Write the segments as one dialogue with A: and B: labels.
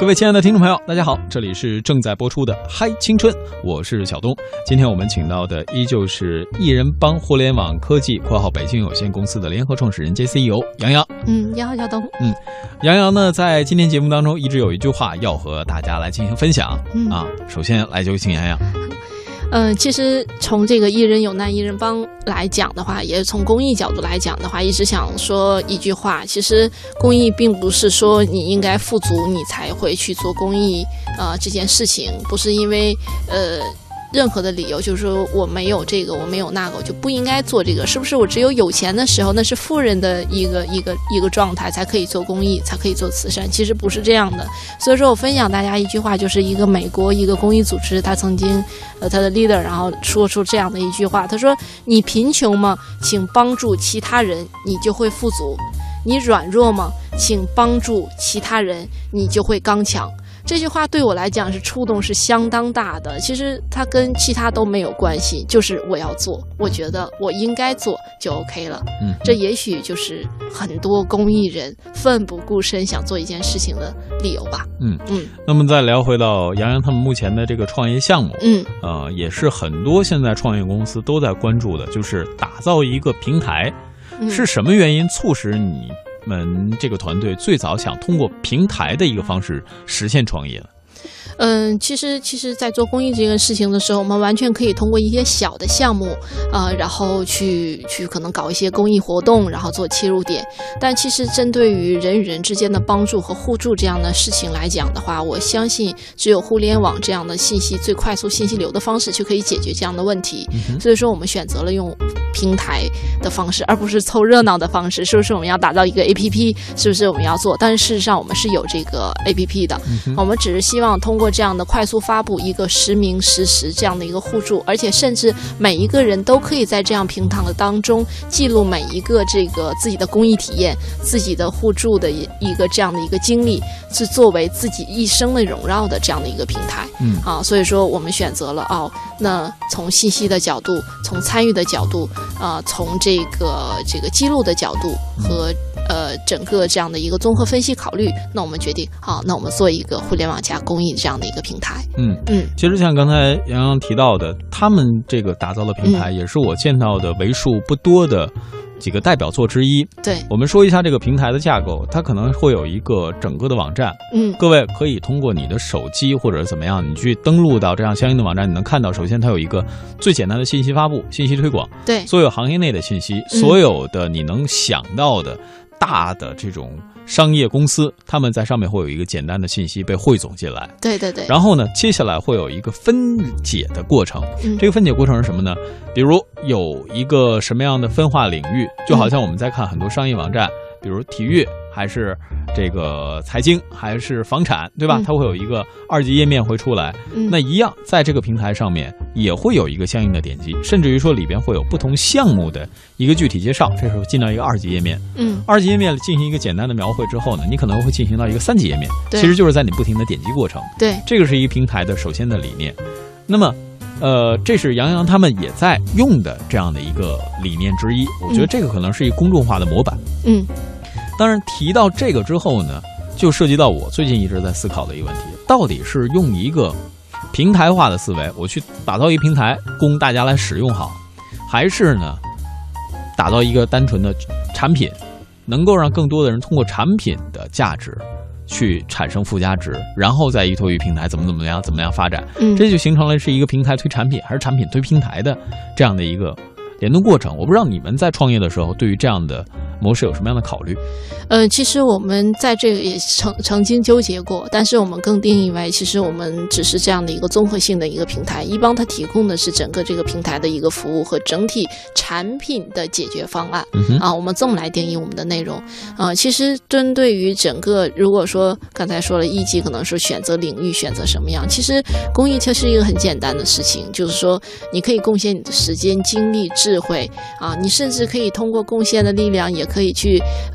A: 各位亲爱的听众朋友，大家好，这里是正在播出的嗨青春，我是小东。今天我们请到的依旧是艺人帮互联网科技（括号北京有限公司）的联合创始人兼 CEO 杨洋。
B: 你好，小东。
A: 杨洋呢，在今天节目当中一直有一句话要和大家来进行分享首先来就请杨洋。
B: 其实从这个艺人有难艺人帮来讲的话，也从公益角度来讲的话，一直想说一句话，其实公益并不是说你应该富足你才会去做公益这件事情，不是因为任何的理由就是说我没有这个我没有那个我就不应该做这个，是不是我只有有钱的时候那是富人的一个状态才可以做公益才可以做慈善，其实不是这样的。所以说我分享大家一句话，就是一个美国一个公益组织他曾经他的 leader 然后说出这样的一句话，他说你贫穷吗？请帮助其他人你就会富足，你软弱吗？请帮助其他人你就会刚强。这句话对我来讲是触动是相当大的，其实它跟其他都没有关系，就是我要做，我觉得我应该做就 OK 了。这也许就是很多公益人奋不顾身想做一件事情的理由吧。
A: 那么再聊回到杨洋他们目前的这个创业项目，也是很多现在创业公司都在关注的，就是打造一个平台。是什么原因促使你们这个团队最早想通过平台的一个方式实现创业呢？
B: 其实在做公益这个事情的时候，我们完全可以通过一些小的项目然后去可能搞一些公益活动，然后做切入点。但其实针对于人与人之间的帮助和互助这样的事情来讲的话，我相信只有互联网这样的信息最快速信息流的方式就可以解决这样的问题。所以说我们选择了用平台的方式，而不是凑热闹的方式。是不是我们要打造一个 APP？ 是不是我们要做？但是事实上我们是有这个 APP 的，我们只是希望通过这样的快速发布一个实名实时这样的一个互助，而且甚至每一个人都可以在这样平台的当中记录每一个这个自己的公益体验，自己的互助的一个这样的一个经历，是作为自己一生的荣耀的这样的一个平台。所以说我们选择了那从信息的角度，从参与的角度，从这个记录的角度和整个这样的一个综合分析考虑，那我们决定那我们做一个互联网加公益这样的一个平台。
A: 其实像刚才杨洋提到的，他们这个打造的平台也是我见到的为数不多的几个代表作之一。
B: 对，
A: 我们说一下这个平台的架构，它可能会有一个整个的网站。各位可以通过你的手机或者怎么样，你去登录到这样相应的网站，你能看到，首先它有一个最简单的信息发布、信息推广，
B: 对，
A: 所有行业内的信息，所有的你能想到的大的这种商业公司，他们在上面会有一个简单的信息被汇总进来。
B: 对。
A: 然后呢，接下来会有一个分解的过程。这个分解过程是什么呢？比如有一个什么样的分化领域，就好像我们在看很多商业网站，比如体育还是这个财经还是房产，对吧？它会有一个二级页面会出来。那一样在这个平台上面也会有一个相应的点击，甚至于说里边会有不同项目的一个具体介绍。这时候进到一个二级页面，二级页面进行一个简单的描绘之后呢，你可能会进行到一个三级页面，其实就是在你不停的点击过程。
B: 对，
A: 这个是一个平台的首先的理念。那么这是杨洋他们也在用的这样的一个理念之一。我觉得这个可能是一个公众化的模板。当然提到这个之后呢，就涉及到我最近一直在思考的一个问题，到底是用一个平台化的思维，我去打造一个平台供大家来使用好，还是呢打造一个单纯的产品，能够让更多的人通过产品的价值去产生附加值，然后再依托于平台怎么样发展。这就形成了是一个平台推产品还是产品推平台的这样的一个联动过程。我不知道你们在创业的时候对于这样的模式有什么样的考虑？
B: 其实我们在这个也曾经纠结过，但是我们更定义为，其实我们只是这样的一个综合性的一个平台，一帮它提供的是整个这个平台的一个服务和整体产品的解决方案。我们这么来定义我们的内容。其实针对于整个，如果说刚才说了一级可能是选择领域，选择什么样，其实公益它是一个很简单的事情，就是说你可以贡献你的时间、精力、智慧你甚至可以通过贡献的力量，也可以去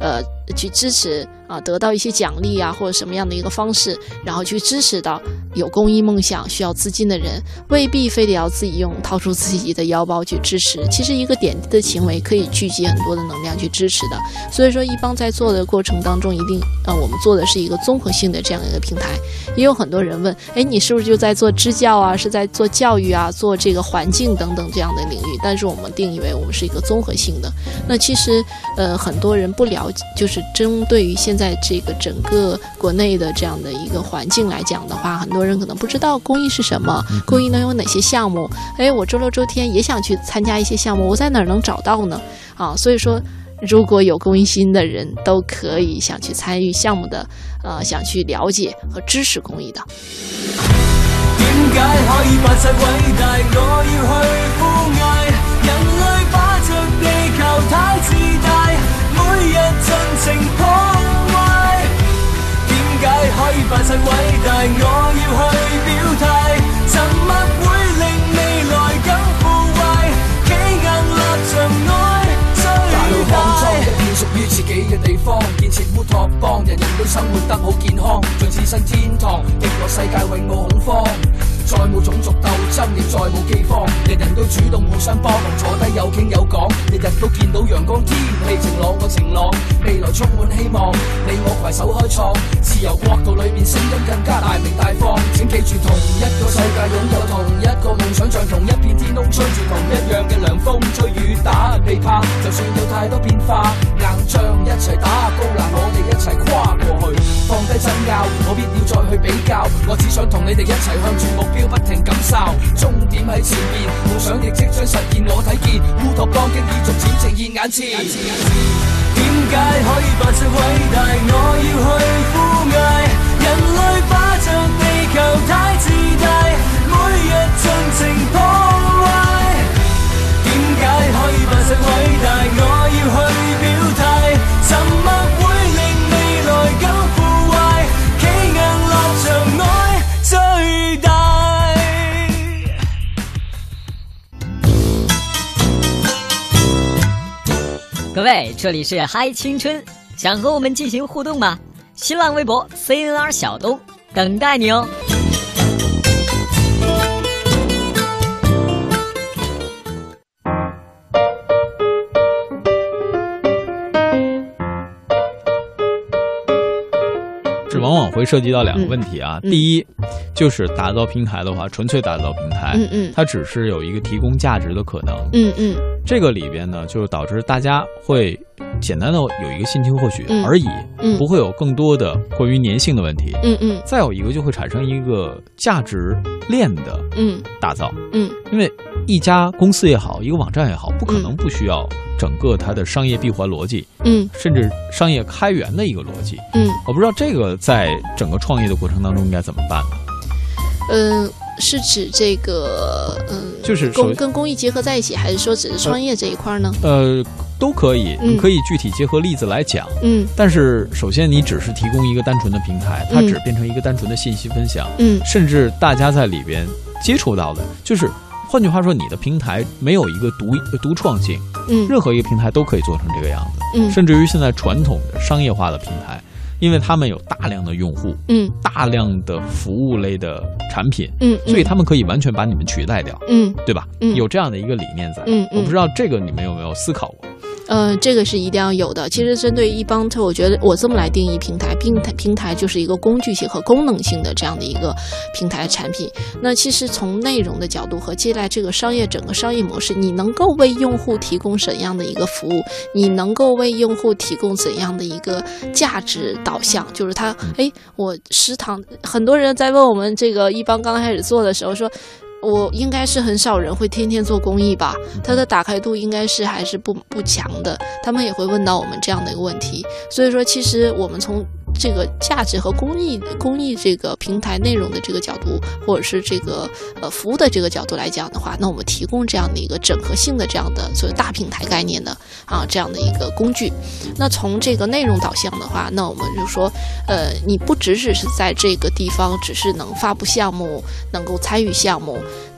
B: 去支持得到一些奖励或者什么样的一个方式，然后去支持到有公益梦想需要资金的人，未必非得要自己掏出自己的腰包去支持。其实一个点滴的行为可以聚集很多的能量去支持的。所以说一帮在做的过程当中，一定我们做的是一个综合性的这样一个平台。也有很多人问，你是不是就在做支教是在做教育做这个环境等等这样的领域？但是我们定义为我们是一个综合性的。那其实很多人不了解，就是针对于现在这个整个国内的这样的一个环境来讲的话，很多人可能不知道公益是什么，公益能有哪些项目。我周六周天也想去参加一些项目，我在哪儿能找到呢？所以说如果有公益心的人都可以想去参与项目的想去了解和支持公益的。
C: 點解可以扮實偉大？我要去枯艾，人類把着地球太自大，每日盡情破壞。點解可以扮實偉大？我要去表態，沉默會令未來更腐壞，企硬立場愛最大。一片屬於自己嘅地方，建設烏托邦，人人都生活得好健康，像置身天堂，極樂世界永冇恐慌。再冇種族鬥爭，亦再冇饑荒，人人都主動互相幫忙，坐低有傾有講，日日都見到陽光，天氣晴朗個晴朗，未來充滿希望，你我攜手開創，自由國度裏面聲音更加大鳴大放。請記住同一個世界擁有同一個夢想，像同一片天空吹住同一樣嘅涼風，追雨打未怕，就算有太多變化，硬仗一齊打高難，我哋一齊跨過去，放低爭拗，冇必要再去比較，我只想同你哋一齊向住目標不停感受，終點喺前面，夢想亦即將實現，我睇見烏托邦經已逐漸呈現眼前。點解可以扮實偉大？我要去枯艾，人類把着地球太自大，每日盡情破壞。點解可以扮實偉大？我要去表態，沉默會令未來更腐壞，企硬立場愛最大。
D: 各位，这里是嗨青春，想和我们进行互动吗？新浪微博 CNR 小东等待你哦。
A: 这往往会涉及到两个问题第一就是打造平台的话，纯粹打造平台，它只是有一个提供价值的可能，这个里边呢，就导致大家会简单的有一个信息获取而已，不会有更多的关于粘性的问题，再有一个就会产生一个价值链的打造，因为一家公司也好，一个网站也好，不可能不需要整个它的商业闭环逻辑，甚至商业开源的一个逻辑，我不知道这个在整个创业的过程当中应该怎么办呢？
B: 是指这个
A: 就是
B: 跟公益结合在一起，还是说只是创业这一块呢？
A: 都可以，你可以具体结合例子来讲。但是首先你只是提供一个单纯的平台，它只变成一个单纯的信息分享，甚至大家在里边接触到的，就是换句话说，你的平台没有一个独创性，任何一个平台都可以做成这个样子，甚至于现在传统的商业化的平台。因为他们有大量的用户，大量的服务类的产品，所以他们可以完全把你们取代掉，对吧？有这样的一个理念在，我不知道这个你们有没有思考过？
B: 这个是一定要有的。其实针对一帮，我觉得我这么来定义平台就是一个工具性和功能性的这样的一个平台产品。那其实从内容的角度和接下来这个整个商业模式，你能够为用户提供怎样的一个服务，你能够为用户提供怎样的一个价值导向，就是他我食堂很多人在问我们这个一帮刚开始做的时候说，我应该是很少人会天天做公益吧，它的打开度应该是还是不强的，他们也会问到我们这样的一个问题。所以说其实我们从这个价值和公益这个平台内容的这个角度，或者是这个服务的这个角度来讲的话，那我们提供这样的一个整合性的这样的所谓大平台概念的这样的一个工具。那从这个内容导向的话，那我们就说你不只是在这个地方只是能发布项目，能够参与项目，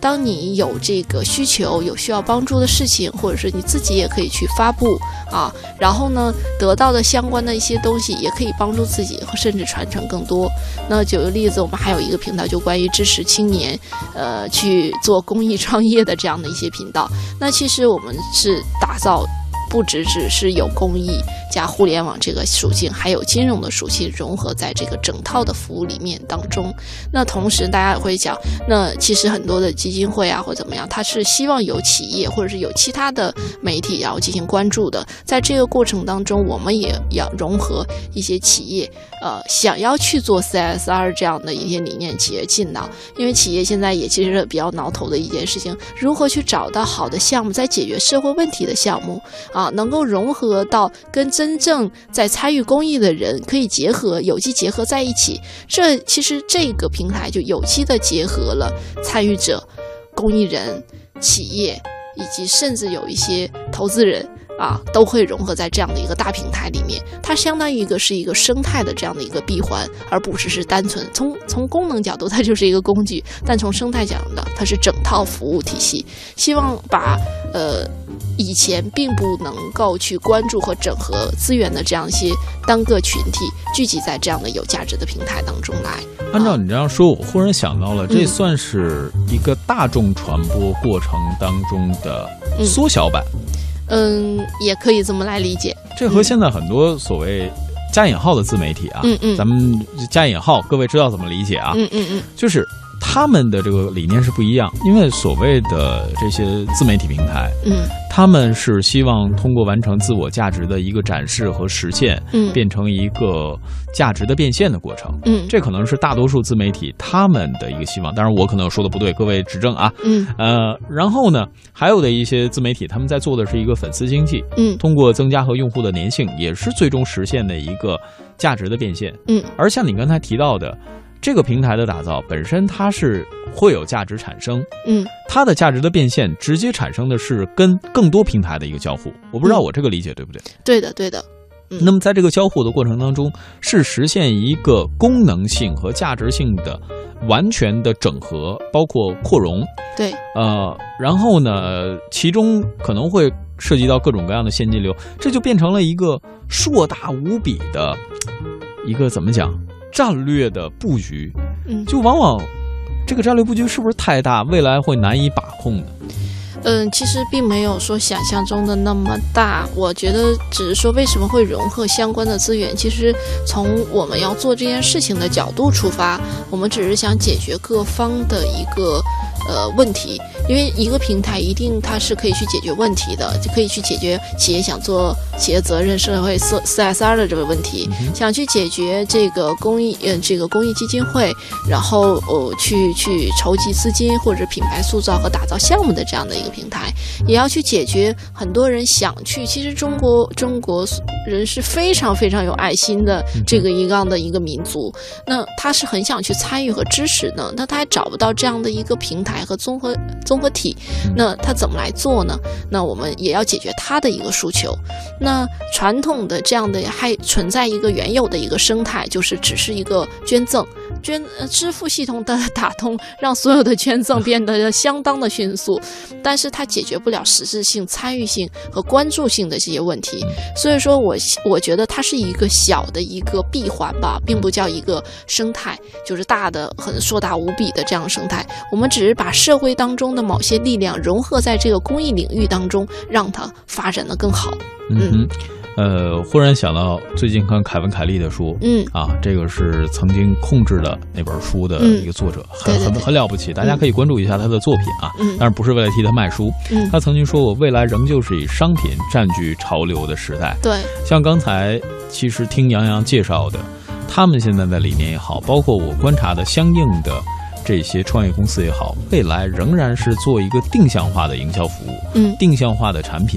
B: 当你有这个需求，有需要帮助的事情，或者是你自己也可以去发布啊，然后呢，得到的相关的一些东西也可以帮助自己，甚至传承更多。那举个例子，我们还有一个频道，就关于支持青年，去做公益创业的这样的一些频道。那其实我们是打造。不只是有公益加互联网这个属性，还有金融的属性融合在这个整套的服务里面当中。那同时大家会讲，那其实很多的基金会啊或怎么样，它是希望有企业或者是有其他的媒体然后进行关注的。在这个过程当中，我们也要融合一些企业想要去做 CSR 这样的一些理念企业进到，因为企业现在也其实比较挠头的一件事情，如何去找到好的项目，在解决社会问题的项目能够融合到跟真正在参与公益的人可以结合，有机结合在一起。这其实这个平台就有机的结合了参与者、公益人、企业以及甚至有一些投资人都会融合在这样的一个大平台里面。它相当于是一个生态的这样的一个闭环，而不是单纯从功能角度它就是一个工具，但从生态角度它是整套服务体系。希望把以前并不能够去关注和整合资源的这样一些单个群体聚集在这样的有价值的平台当中来。
A: 按照你这样说，我忽然想到了，这算是一个大众传播过程当中的缩小版。
B: 也可以这么来理解。
A: 这和现在很多所谓加引号的自媒体咱们加引号，各位知道怎么理解啊？就是他们的这个理念是不一样，因为所谓的这些自媒体平台，他们是希望通过完成自我价值的一个展示和实现，变成一个价值的变现的过程。这可能是大多数自媒体他们的一个希望，当然我可能说的不对，各位指正啊。然后呢，还有的一些自媒体他们在做的是一个粉丝经济，通过增加和用户的粘性，也是最终实现的一个价值的变现。而像你刚才提到的，这个平台的打造本身它是会有价值产生，它的价值的变现直接产生的是跟更多平台的一个交互。我不知道我这个理解对不对？
B: 对的。
A: 那么在这个交互的过程当中，是实现一个功能性和价值性的完全的整合，包括扩容。
B: 对，
A: 然后呢，其中可能会涉及到各种各样的现金流，这就变成了一个硕大无比的一个怎么讲？战略的布局，就往往这个战略布局是不是太大，未来会难以把控呢？
B: 其实并没有说想象中的那么大，我觉得只是说为什么会融合相关的资源。其实从我们要做这件事情的角度出发，我们只是想解决各方的一个问题，因为一个平台一定它是可以去解决问题的，就可以去解决企业想做企业责任社会 CSR 的这个问题，想去解决这个公益基金会，然后去筹集资金或者品牌塑造和打造项目的这样的一个平台，也要去解决很多人想去。其实中国人是非常非常有爱心的这个一样的一个民族，那他是很想去参与和支持的，那他还找不到这样的一个平台和综合体，那他怎么来做呢？那我们也要解决他的一个诉求。那传统的这样的还存在一个原有的一个生态，就是只是一个捐赠支付系统的打通，让所有的捐赠变得相当的迅速，但是它解决不了实质性、参与性和关注性的这些问题。所以说我觉得它是一个小的一个闭环吧，并不叫一个生态，就是大的很硕大无比的这样生态。我们只是把社会当中的某些力量融合在这个公益领域当中，让它发展得更好。
A: 忽然想到最近看凯文·凯利的书，这个是曾经控制的那本书的一个作者，很了不起，大家可以关注一下他的作品啊。当然不是为了替他卖书，他曾经说过，未来仍旧是以商品占据潮流的时代。
B: 对，
A: 像刚才其实听杨洋介绍的，他们现在的理念也好，包括我观察的相应的这些创业公司也好，未来仍然是做一个定向化的营销服务，定向化的产品，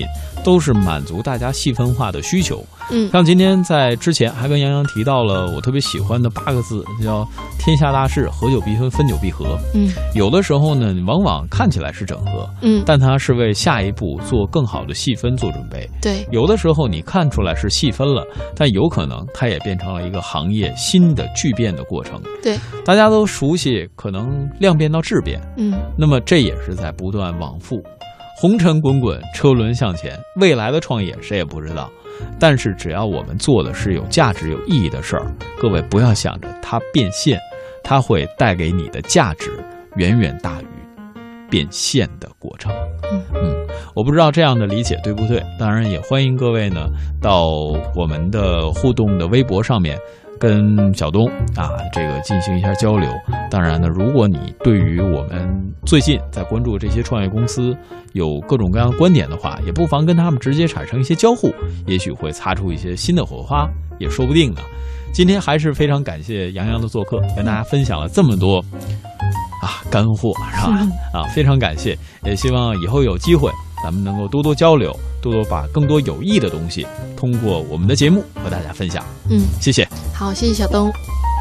A: 都是满足大家细分化的需求。
B: 像
A: 今天在之前还跟杨洋提到了我特别喜欢的8个字，叫天下大事，合久必分，分久必合。有的时候呢，往往看起来是整合，但它是为下一步做更好的细分做准备。
B: 对，
A: 有的时候你看出来是细分了，但有可能它也变成了一个行业新的巨变的过程。
B: 对，
A: 大家都熟悉，可能量变到质变。那么这也是在不断往复。红尘滚滚，车轮向前，未来的创业谁也不知道，但是只要我们做的是有价值有意义的事儿，各位不要想着它变现，它会带给你的价值远远大于变现的过程。我不知道这样的理解对不对，当然也欢迎各位呢到我们的互动的微博上面跟小东这个进行一下交流。当然呢，如果你对于我们最近在关注这些创业公司有各种各样的观点的话，也不妨跟他们直接产生一些交互，也许会擦出一些新的火花，也说不定呢。今天还是非常感谢杨洋的做客，跟大家分享了这么多干货，是吧？非常感谢，也希望以后有机会咱们能够多多交流，多多把更多有益的东西通过我们的节目和大家分享。谢谢。
B: 好，谢谢小东。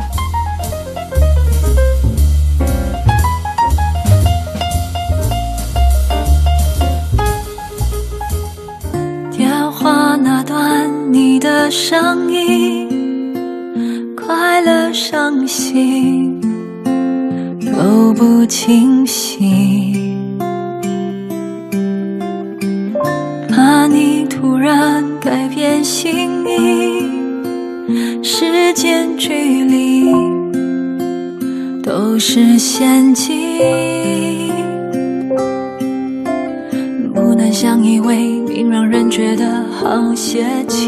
E: 电话那端你的声音，快乐伤心都不清晰，怕你突然改变心意，时间距离都是陷阱，不能相依为命，让人觉得好泄气，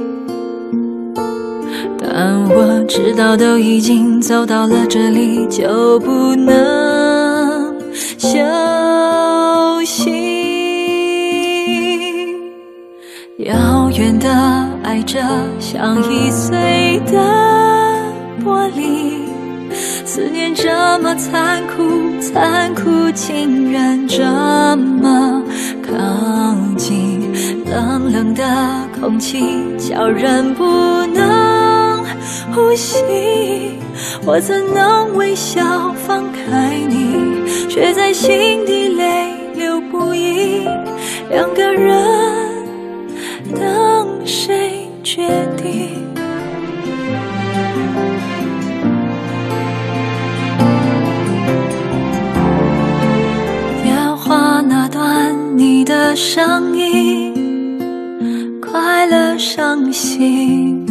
E: 但我知道都已经走到了这里，就不能休息。遥远的爱着，像易碎的玻璃，思念这么残酷，残酷竟然这么靠近，冷冷的空气叫人不能呼吸，我怎能微笑放开你，却在心底泪流不已，两个人等谁决定。电话那端你的声音，快乐伤心